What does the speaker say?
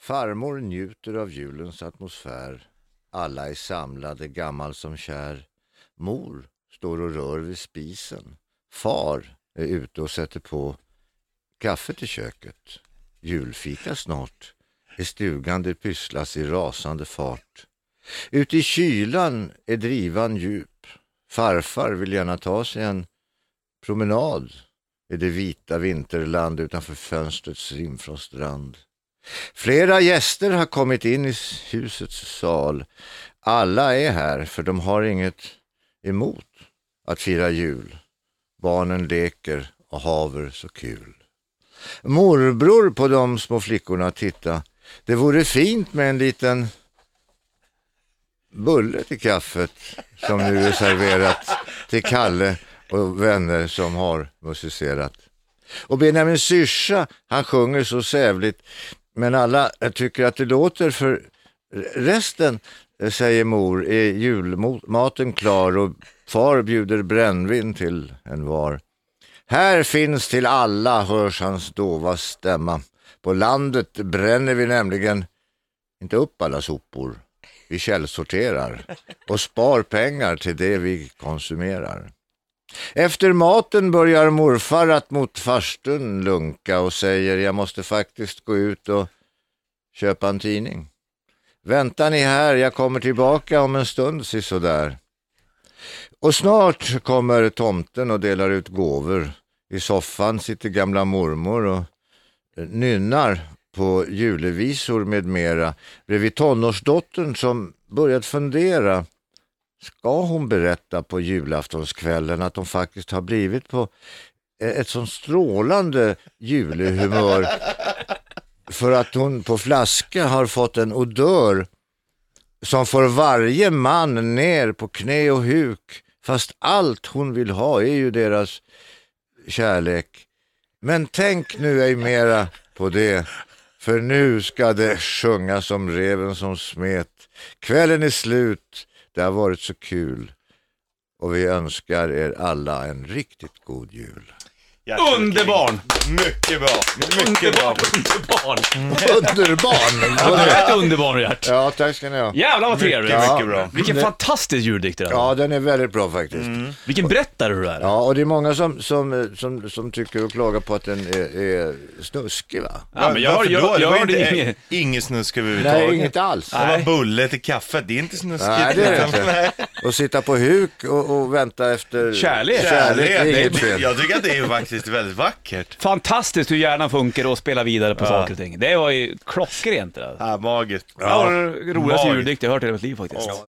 Farmor njuter av julens atmosfär. Alla är samlade, gammal som kär. Mor står och rör vid spisen. Far är ute och sätter på kaffet i köket. Julfika snart. I stugan det pysslas i rasande fart. Ute i kylan är drivan djup. Farfar vill gärna ta sig en promenad i det vita vinterland utanför fönstrets rimfroststrand. Flera gäster har kommit in i husets sal. Alla är här för de har inget emot att fira jul. Barnen leker och haver så kul. Morbror på de små flickorna titta. Det vore fint med en liten bulle till kaffet som nu är serverat till Kalle och vänner som har musicerat. Och Benjamin Syrsa, han sjunger så sävligt, men alla tycker att det låter för resten, säger mor, är julmaten klar och far bjuder brännvin till en var. Här finns till alla, hörs hans dova stämma. På landet bränner vi nämligen inte upp alla sopor. Vi källsorterar och spar pengar till det vi konsumerar. Efter maten börjar morfar att mot farstun lunka och säger jag måste faktiskt gå ut och köpa en tidning. Väntar ni här, jag kommer tillbaka om en stund sådär. Och snart kommer tomten och delar ut gåvor. I soffan sitter gamla mormor och nynnar på julevisor med mera. Bredvid tonårsdottern som börjat fundera. Ska hon berätta på julaftonskvällen att hon faktiskt har blivit på ett sånt strålande julehumör för att hon på flaska har fått en odör som får varje man ner på knä och huk, fast allt hon vill ha är ju deras kärlek. Men tänk nu ej mera på det, för nu ska det sjunga som reven som smet. Kvällen är slut, det har varit så kul och vi önskar er alla en riktigt god jul. Underbarn! Mycket bra. Mycket bra. Underbarn! Ja, du är ett underbarn, Gert. Ja, tack ska ni ha. Jävlar vad trevligt. Mycket bra. Vilken fantastisk juldiktare. Ja, den är väldigt bra faktiskt. Vilken berättare du är. Ja, och det är många som tycker och klagar på att den är snuskig, va? Ja, men jag hörde inget. Ingen snusk överhuvudtaget. Nej, inget alls. Det var bulle till kaffet, det är inte snuskigt. Nej, det är det inte. Och sitta på huk och vänta efter Kärlek. är inget fel. Jag tycker att det är faktiskt väldigt vackert. Fantastiskt hur hjärnan funkar och spela vidare på saker och ting. Det var ju klockrent det där. Ja, magiskt. Ja, det roligaste juldikt jag hört i hela mitt liv faktiskt.